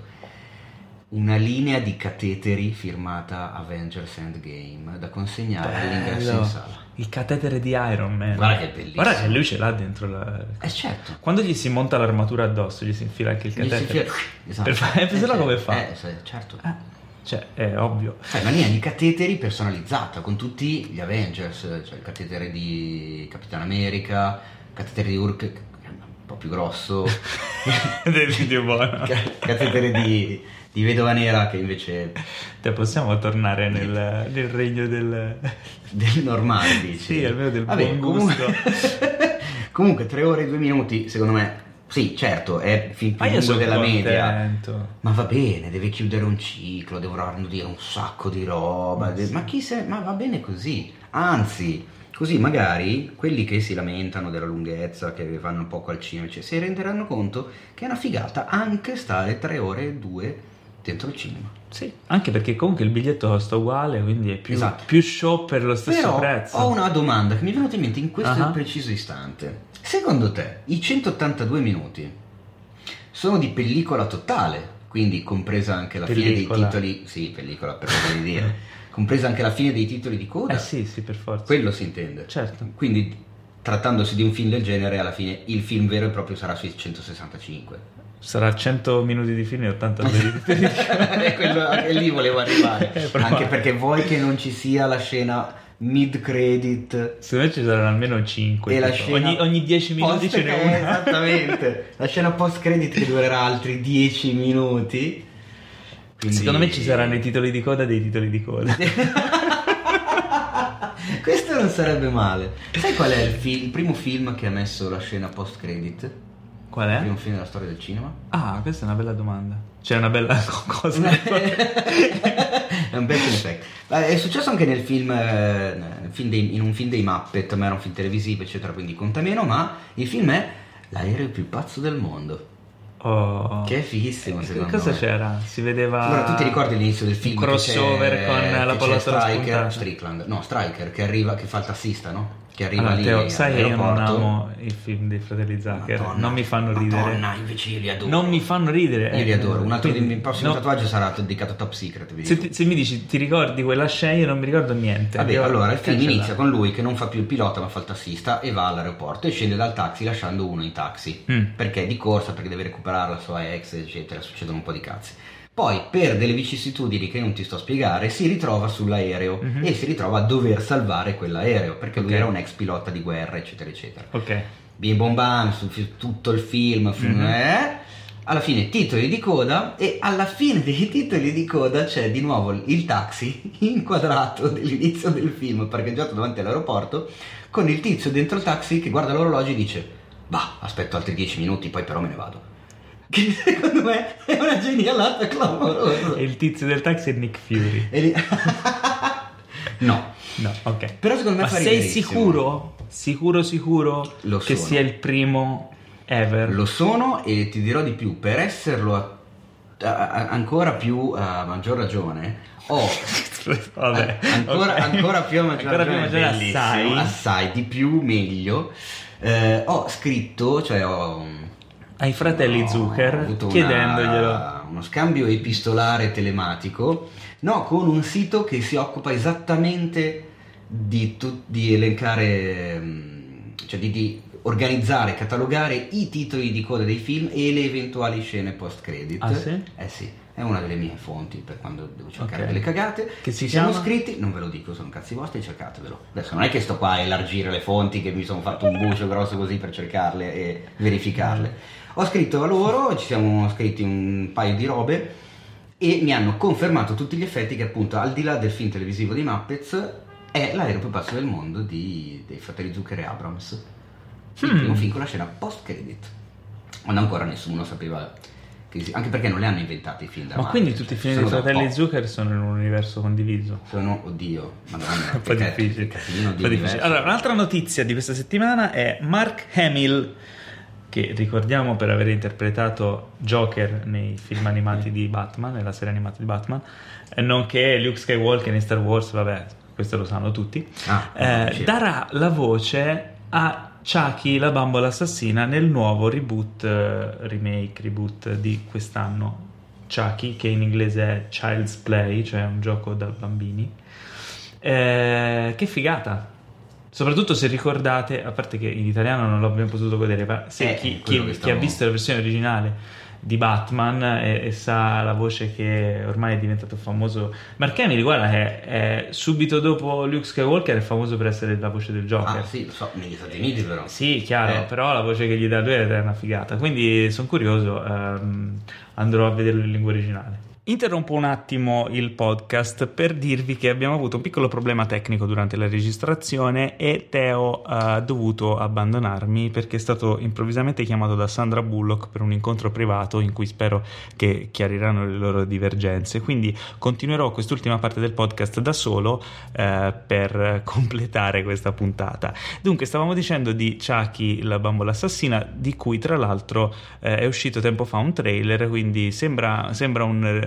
Una linea di cateteri firmata Avengers Endgame da consegnare all'ingresso in sala. Il catetere di Iron Man. Guarda che è bellissimo. Guarda che lui ce l'ha dentro certo. Quando gli si monta l'armatura addosso, gli si infila anche il catetere. Esatto. Se no come fa? Certo. Cioè, è ovvio. Una linea di cateteri personalizzata con tutti gli Avengers, cioè il catetere di Capitan America, il catetere di Hulk, che è un po' più grosso. Del video buono. Catetere di Vedova Nera, che invece possiamo tornare nel regno del normale, dici? Sì, almeno del buon gusto. Comunque 3 ore e 2 minuti secondo me sì, certo, è fin più lungo della media, ma va bene, deve chiudere un ciclo, dovranno dire un sacco di roba, ma va bene così, anzi così magari quelli che si lamentano della lunghezza, che vanno un po' al cinema, si renderanno conto che è una figata anche stare 3 ore e 2 dentro il cinema. Sì, anche perché comunque il biglietto costa uguale, quindi è più show per lo stesso prezzo. Ho una domanda che mi è venuta in mente in questo preciso istante. Secondo te i 182 minuti sono di pellicola totale, quindi compresa anche la Pellicola. fine dei titoli, sì, pellicola per modo di dire, compresa anche la fine dei titoli di coda. Sì, per forza. Quello si intende. Certo. Quindi, trattandosi di un film del genere, alla fine il film vero e proprio sarà sui 165. Sarà 100 minuti di film e 80 minuti di pellicola. E lì volevo arrivare. Probabile. Anche perché vuoi che non ci sia la scena mid-credit. Secondo me ci saranno almeno 5. E la scena ogni 10 minuti ce n'è una. Esattamente. La scena post-credit che durerà altri 10 minuti. Quindi... Secondo me ci saranno i titoli di coda dei titoli di coda. Questo non sarebbe male. Sai qual è il primo film che ha messo la scena post-credit? Qual Il è? primo film della storia del cinema? Ah, questa è una bella domanda. C'è una bella cosa. È un bel film effect. È successo anche nel film, in un film dei Muppet, ma era un film televisivo, eccetera, quindi conta meno. Ma il film è L'aereo più pazzo del mondo. Oh. Che è fighissimo, secondo Cosa me. c'era? Si vedeva. Allora, tu ti ricordi l'inizio del film? Un crossover con la pallottola spuntata. Striker che fa il tassista, no? Che arriva Allora, lì Teo, sai che io non all'aeroporto. amo i film dei fratelli Zucker. Madonna, Non mi fanno ridere. Madonna, invece io li adoro. Non mi fanno ridere. Io li adoro. Un altro quindi, il prossimo no. tatuaggio sarà dedicato a Top Secret. Vi dico. Se mi dici ti ricordi quella scena, io non mi ricordo niente. Vabbè, Io allora il film cancellato. inizia con lui che non fa più il pilota ma fa il tassista e va all'aeroporto e scende dal taxi lasciando uno in taxi perché è di corsa, perché deve recuperare la sua ex, eccetera. Succedono un po' di cazzi. Poi, per delle vicissitudini che non ti sto a spiegare, si ritrova sull'aereo e si ritrova a dover salvare quell'aereo perché lui era un ex pilota di guerra, eccetera, eccetera. Ok. Bim bom bam, su tutto il film, alla fine titoli di coda, e alla fine dei titoli di coda c'è di nuovo il taxi inquadrato dell'inizio del film parcheggiato davanti all'aeroporto con il tizio dentro il taxi che guarda l'orologio e dice: bah, aspetto altri 10 minuti, poi però me ne vado. Che secondo me è una genialata clamorosa. E il tizio del taxi è Nick Fury. No, Ok. però secondo me Ma fa sei riderissimo. sicuro Lo che sono. sia il primo ever? Lo sono, e ti dirò di più, per esserlo ancora più a maggior ragione Vabbè. ancora più a maggior Ancora più a ragione, maggiore, bellissimo, assai di più, meglio. Ho scritto, cioè Ai fratelli ho Zucker avuto chiedendoglielo. uno scambio epistolare telematico, con un sito che si occupa esattamente di elencare, cioè di organizzare, catalogare i titoli di coda dei film e le eventuali scene post credit. Ah, sì? Sì, è una delle mie fonti per quando devo cercare Ok. delle cagate. Che si Ci siamo chiama? scritti, non ve lo dico, sono cazzi vostri, cercatevelo. Adesso non è che sto qua a elargire le fonti, che mi sono fatto un bucio grosso così per cercarle e verificarle. Ho scritto a loro, ci siamo scritti un paio di robe e mi hanno confermato tutti gli effetti che appunto, al di là del film televisivo dei Muppets, è l'aereo più pazzo del mondo dei fratelli Zucker e Abrams. Il primo film con la scena post credit, quando ancora nessuno sapeva che anche perché non li hanno inventati i film da Ma Marvel, quindi tutti i film sono dei da fratelli po'. Zucker sono in un universo condiviso? Oddio, madonna, Un po' difficile. Un po' difficile. Allora, un'altra notizia di questa settimana è Mark Hamill, che ricordiamo per aver interpretato Joker nei film animati di Batman, nella serie animata di Batman, nonché Luke Skywalker in Star Wars, vabbè, questo lo sanno tutti. Darà la voce a Chucky, la bambola assassina, nel nuovo reboot di quest'anno, Chucky, che in inglese è Child's Play, cioè un gioco da bambini. Che figata! Soprattutto se ricordate, a parte che in italiano non l'abbiamo potuto godere, ma se chi ha visto la versione originale di Batman e sa la voce che ormai è diventato famoso, Mark Hamill, guarda, è subito dopo Luke Skywalker è famoso per essere la voce del Joker. Ah sì, lo so, negli Stati Uniti però. Sì, chiaro, però la voce che gli dà lui è una figata, quindi sono curioso, andrò a vederlo in lingua originale. Interrompo un attimo il podcast per dirvi che abbiamo avuto un piccolo problema tecnico durante la registrazione e Teo ha dovuto abbandonarmi perché è stato improvvisamente chiamato da Sandra Bullock per un incontro privato in cui spero che chiariranno le loro divergenze, quindi continuerò quest'ultima parte del podcast da solo per completare questa puntata. Dunque, stavamo dicendo di Chucky, la bambola assassina, di cui tra l'altro è uscito tempo fa un trailer, quindi sembra un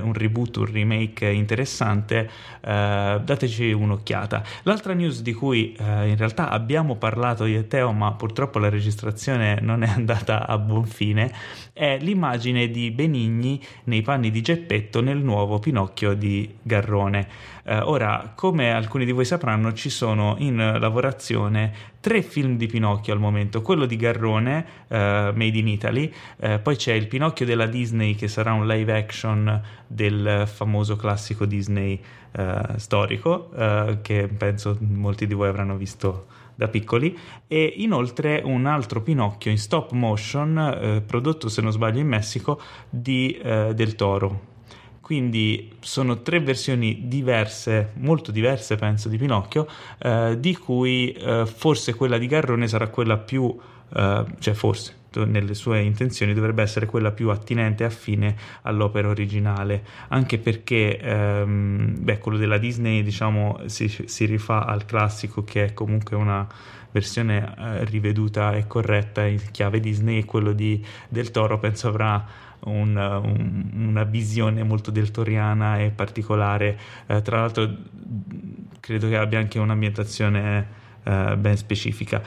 un reboot, un remake interessante, dateci un'occhiata. L'altra news di cui in realtà abbiamo parlato io e Teo, ma purtroppo la registrazione non è andata a buon fine, è l'immagine di Benigni nei panni di Geppetto nel nuovo Pinocchio di Garrone. Ora, come alcuni di voi sapranno, ci sono in lavorazione 3 film di Pinocchio al momento: quello di Garrone, Made in Italy, poi c'è il Pinocchio della Disney, che sarà un live action del famoso classico Disney storico, che penso molti di voi avranno visto da piccoli, e inoltre un altro Pinocchio in stop motion, prodotto se non sbaglio in Messico, di Del Toro. Quindi sono 3 versioni diverse, molto diverse penso, di Pinocchio, di cui forse quella di Garrone sarà quella più, cioè forse nelle sue intenzioni dovrebbe essere quella più attinente e affine all'opera originale, anche perché quello della Disney, diciamo, si rifà al classico, che è comunque una versione riveduta e corretta in chiave Disney, e quello Del Toro penso avrà una visione molto deltoriana e particolare. Tra l'altro credo che abbia anche un'ambientazione ben specifica.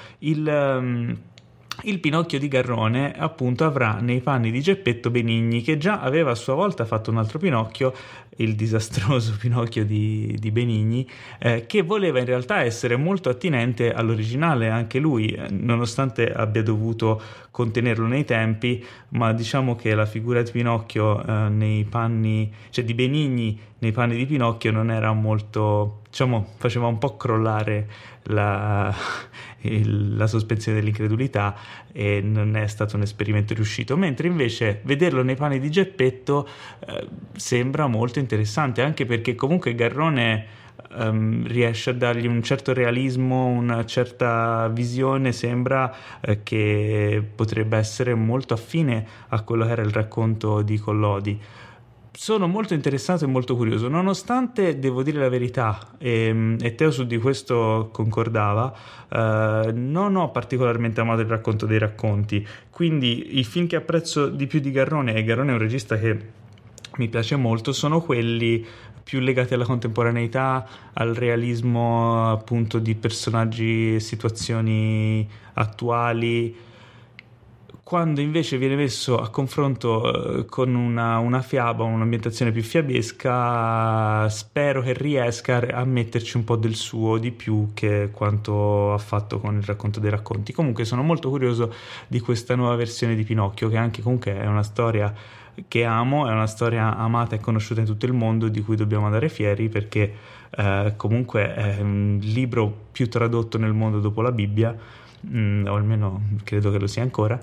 Il Pinocchio di Garrone appunto avrà nei panni di Geppetto Benigni, che già aveva a sua volta fatto un altro Pinocchio, il disastroso Pinocchio di Benigni, che voleva in realtà essere molto attinente all'originale anche lui, nonostante abbia dovuto contenerlo nei tempi. Ma diciamo che la figura di Pinocchio nei panni, cioè di Benigni nei panni di Pinocchio, non era molto, diciamo, faceva un po' crollare la sospensione dell'incredulità, e non è stato un esperimento riuscito, mentre invece vederlo nei panni di Geppetto sembra molto interessante, anche perché comunque Garrone riesce a dargli un certo realismo, una certa visione. Sembra che potrebbe essere molto affine a quello che era il racconto di Collodi. Sono molto interessato e molto curioso, nonostante, devo dire la verità, e Teo su di questo concordava, non ho particolarmente amato il racconto dei racconti. Quindi i film che apprezzo di più di Garrone, e Garrone è un regista che mi piace molto, sono quelli più legati alla contemporaneità, al realismo appunto di personaggi e situazioni attuali. Quando invece viene messo a confronto con una fiaba, un'ambientazione più fiabesca, spero che riesca a metterci un po' del suo di più che quanto ha fatto con il racconto dei racconti. Comunque sono molto curioso di questa nuova versione di Pinocchio, che anche comunque è una storia che amo, è una storia amata e conosciuta in tutto il mondo, di cui dobbiamo andare fieri, perché comunque è un libro più tradotto nel mondo dopo la Bibbia, o almeno credo che lo sia ancora,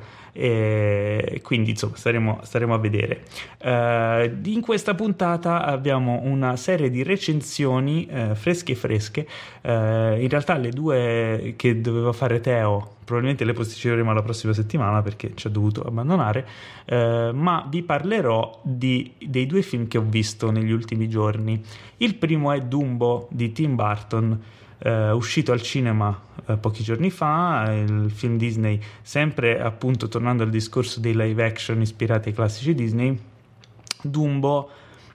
e quindi insomma staremo a vedere. In questa puntata abbiamo una serie di recensioni fresche. In realtà le 2 che doveva fare Teo probabilmente le posticipieremo alla prossima settimana, perché ci ha dovuto abbandonare, ma vi parlerò dei 2 film che ho visto negli ultimi giorni. Il primo è Dumbo di Tim Burton, uscito al cinema pochi giorni fa, il film Disney, sempre appunto tornando al discorso dei live action ispirati ai classici Disney. Dumbo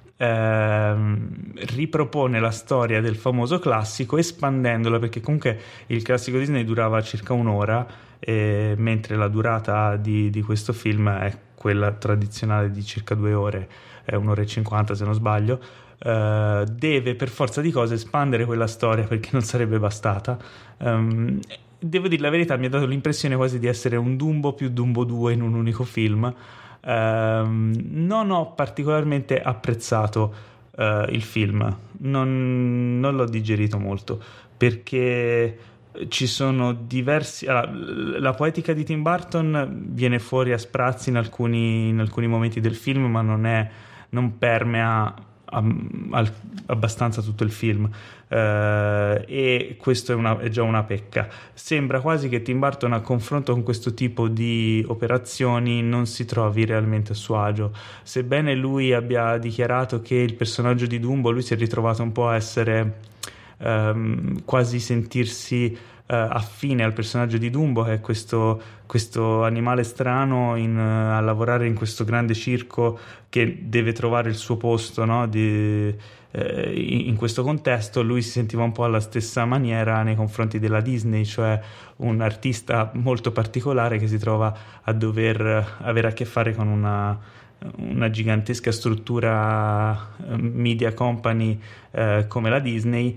ripropone la storia del famoso classico, espandendola, perché comunque il classico Disney durava circa un'ora, mentre la durata di questo film è quella tradizionale di circa 2 ore, è 1 ora e 50 se non sbaglio. Deve per forza di cose espandere quella storia, perché non sarebbe bastata. Devo dire la verità, mi ha dato l'impressione quasi di essere un Dumbo più Dumbo 2 in un unico film. Non ho particolarmente apprezzato il film, non l'ho digerito molto, perché ci sono diversi. La poetica di Tim Burton viene fuori a sprazzi in alcuni momenti del film, ma non permea abbastanza tutto il film, e questo è già una pecca. Sembra quasi che Tim Burton, a confronto con questo tipo di operazioni, non si trovi realmente a suo agio, sebbene lui abbia dichiarato che il personaggio di Dumbo lui si è ritrovato un po' a essere quasi sentirsi affine al personaggio di Dumbo, che è questo animale strano a lavorare in questo grande circo che deve trovare il suo posto, no? In questo contesto. Lui si sentiva un po' alla stessa maniera nei confronti della Disney, cioè un artista molto particolare che si trova a dover avere a che fare con una gigantesca struttura media company come la Disney,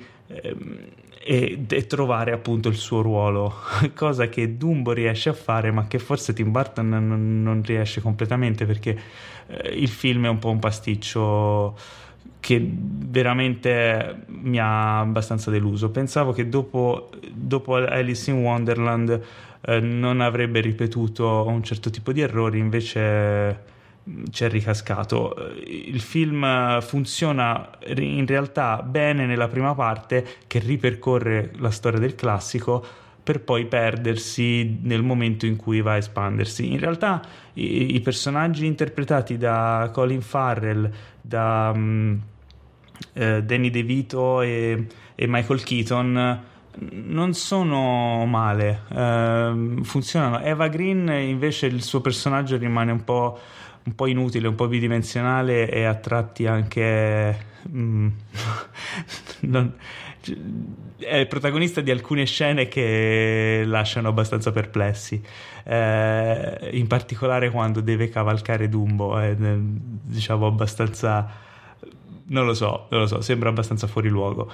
e trovare appunto il suo ruolo, cosa che Dumbo riesce a fare ma che forse Tim Burton non riesce completamente, perché il film è un po' un pasticcio che veramente mi ha abbastanza deluso. Pensavo che dopo Alice in Wonderland non avrebbe ripetuto un certo tipo di errori, invece c'è ricascato. Il film funziona in realtà bene nella prima parte, che ripercorre la storia del classico, per poi perdersi nel momento in cui va a espandersi. In realtà i personaggi interpretati da Colin Farrell, da Danny DeVito e Michael Keaton non sono male, funzionano. Eva Green invece, il suo personaggio rimane un po' inutile, un po' bidimensionale e a tratti anche è il protagonista di alcune scene che lasciano abbastanza perplessi, in particolare quando deve cavalcare Dumbo, diciamo abbastanza, non lo so, sembra abbastanza fuori luogo.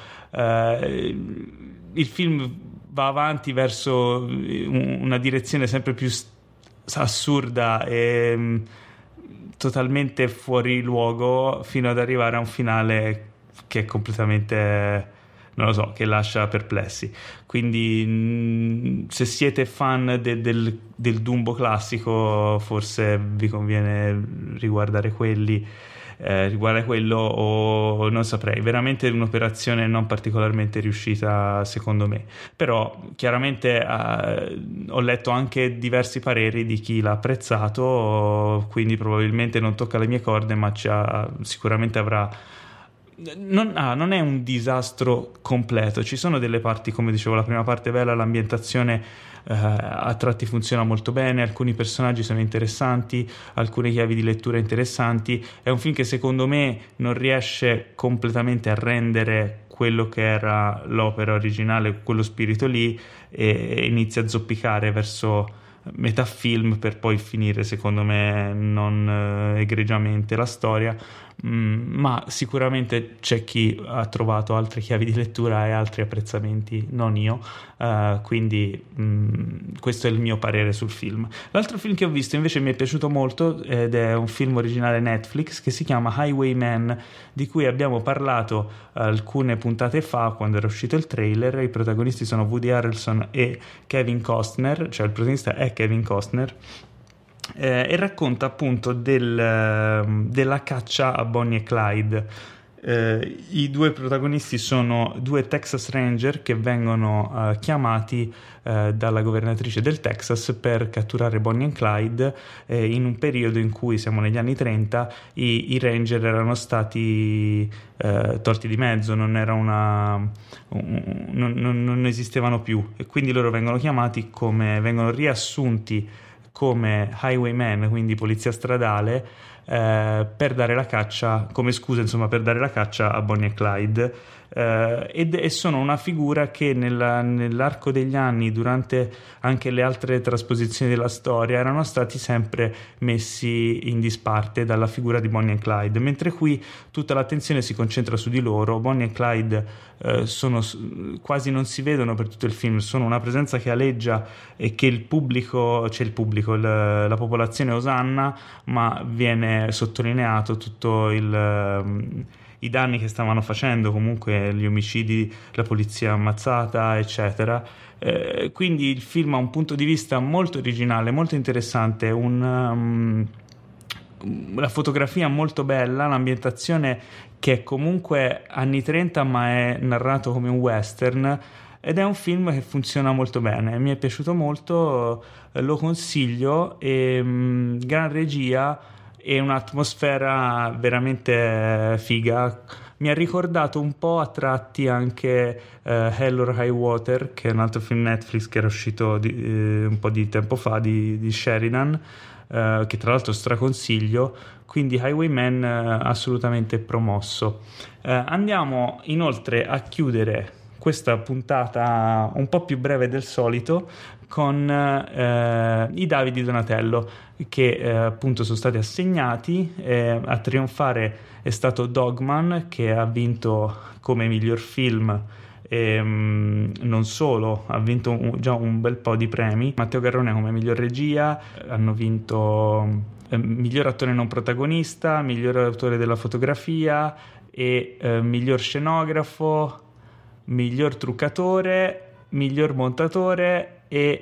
Il film va avanti verso una direzione sempre più assurda e totalmente fuori luogo, fino ad arrivare a un finale che è completamente, non lo so, che lascia perplessi. Quindi se siete fan del Dumbo classico, forse vi conviene riguardare quello, o non saprei, veramente un'operazione non particolarmente riuscita secondo me. Però chiaramente ho letto anche diversi pareri di chi l'ha apprezzato, quindi probabilmente non tocca le mie corde, ma sicuramente avrà. Non è un disastro completo, ci sono delle parti, come dicevo, la prima parte è bella, l'ambientazione a tratti funziona molto bene, alcuni personaggi sono interessanti, alcune chiavi di lettura interessanti. È un film che secondo me non riesce completamente a rendere quello che era l'opera originale, quello spirito lì, e inizia a zoppicare verso metà film per poi finire, secondo me, non egregiamente la storia. Ma sicuramente c'è chi ha trovato altre chiavi di lettura e altri apprezzamenti, non io, quindi questo è il mio parere sul film. L'altro film che ho visto invece mi è piaciuto molto, ed è un film originale Netflix che si chiama Highwayman, di cui abbiamo parlato alcune puntate fa quando era uscito il trailer. I protagonisti sono Woody Harrelson e Kevin Costner, cioè il protagonista è Kevin Costner, e racconta appunto della caccia a Bonnie e Clyde. I due protagonisti sono due Texas Ranger che vengono chiamati dalla governatrice del Texas per catturare Bonnie e Clyde, in un periodo in cui, siamo negli anni 30, i Ranger erano stati tolti di mezzo, non esistevano più, e quindi loro vengono chiamati vengono riassunti come highwayman, quindi polizia stradale, per dare la caccia, come scusa insomma, per dare la caccia a Bonnie e Clyde, e sono una figura che nell'arco degli anni, durante anche le altre trasposizioni della storia, erano stati sempre messi in disparte dalla figura di Bonnie e Clyde, mentre qui tutta l'attenzione si concentra su di loro. Bonnie e Clyde quasi non si vedono per tutto il film, sono una presenza che aleggia e che la popolazione osanna, ma viene sottolineato tutto i danni che stavano facendo, comunque gli omicidi, la polizia ammazzata, eccetera. Quindi il film ha un punto di vista molto originale, molto interessante, la fotografia molto bella, l'ambientazione che è comunque anni 30 ma è narrato come un western, ed è un film che funziona molto bene, mi è piaciuto molto, lo consiglio, e gran regia e un'atmosfera veramente figa, Mi ha ricordato un po' a tratti anche Hell or High Water, che è un altro film Netflix che era uscito un po' di tempo fa di Sheridan, che tra l'altro straconsiglio, quindi Highwayman assolutamente promosso. Andiamo inoltre a chiudere questa puntata un po' più breve del solito con i David di Donatello, che appunto sono stati assegnati. A trionfare è stato Dogman, che ha vinto come miglior film. Non solo, ha vinto già un bel po' di premi. Matteo Garrone come miglior regia, hanno vinto miglior attore non protagonista, miglior autore della fotografia e miglior scenografo, miglior truccatore, miglior montatore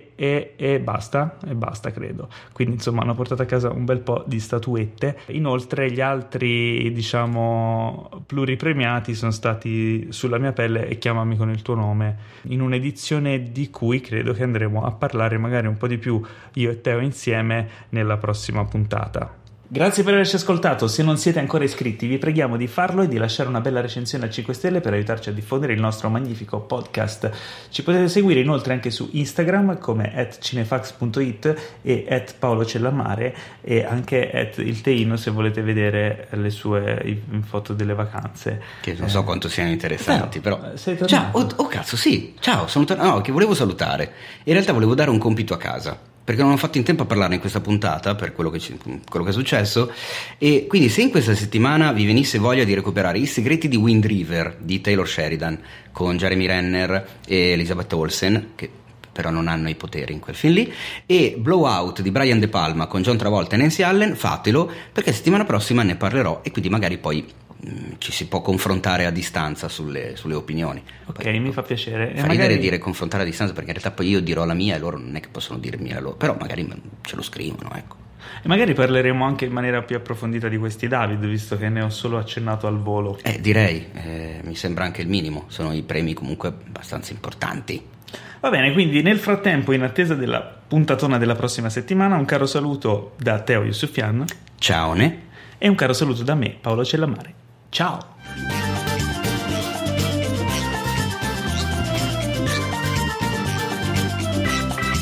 e basta credo. Quindi insomma hanno portato a casa un bel po' di statuette. Inoltre gli altri, diciamo, pluripremiati sono stati Sulla mia pelle e Chiamami con il tuo nome, in un'edizione di cui credo che andremo a parlare magari un po' di più io e Teo insieme nella prossima puntata. Grazie per averci ascoltato. Se non siete ancora iscritti vi preghiamo di farlo e di lasciare una bella recensione a 5 stelle per aiutarci a diffondere il nostro magnifico podcast. Ci potete seguire inoltre anche su Instagram come @cinefax.it e @paolocellamare e anche @ilteino se volete vedere le sue foto delle vacanze, che non so quanto siano interessanti, però sei tornato. Ciao, cazzo, sì, ciao, sono tornato. No, che volevo salutare. In realtà volevo dare un compito a casa, perché non ho fatto in tempo a parlarne in questa puntata per quello che è successo, e quindi se in questa settimana vi venisse voglia di recuperare I segreti di Wind River di Taylor Sheridan con Jeremy Renner e Elizabeth Olsen, che però non hanno i poteri in quel film lì, e Blowout di Brian De Palma con John Travolta e Nancy Allen, fatelo, perché settimana prossima ne parlerò e quindi magari poi ci si può confrontare a distanza sulle opinioni. Ok, poi, mi fa piacere. Fa ridere dire confrontare a distanza, perché in realtà poi io dirò la mia e loro non è che possono dirmi la loro, però magari ce lo scrivono, ecco. E magari parleremo anche in maniera più approfondita di questi David, visto che ne ho solo accennato al volo. Direi, mi sembra anche il minimo, sono i premi comunque abbastanza importanti. Va bene, quindi nel frattempo, in attesa della puntatona della prossima settimana, un caro saluto da Teo Yusufian. Ciao Ne. E un caro saluto da me, Paolo Cellamare. Ciao!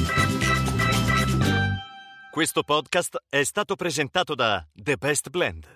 Questo podcast è stato presentato da The Best Blend.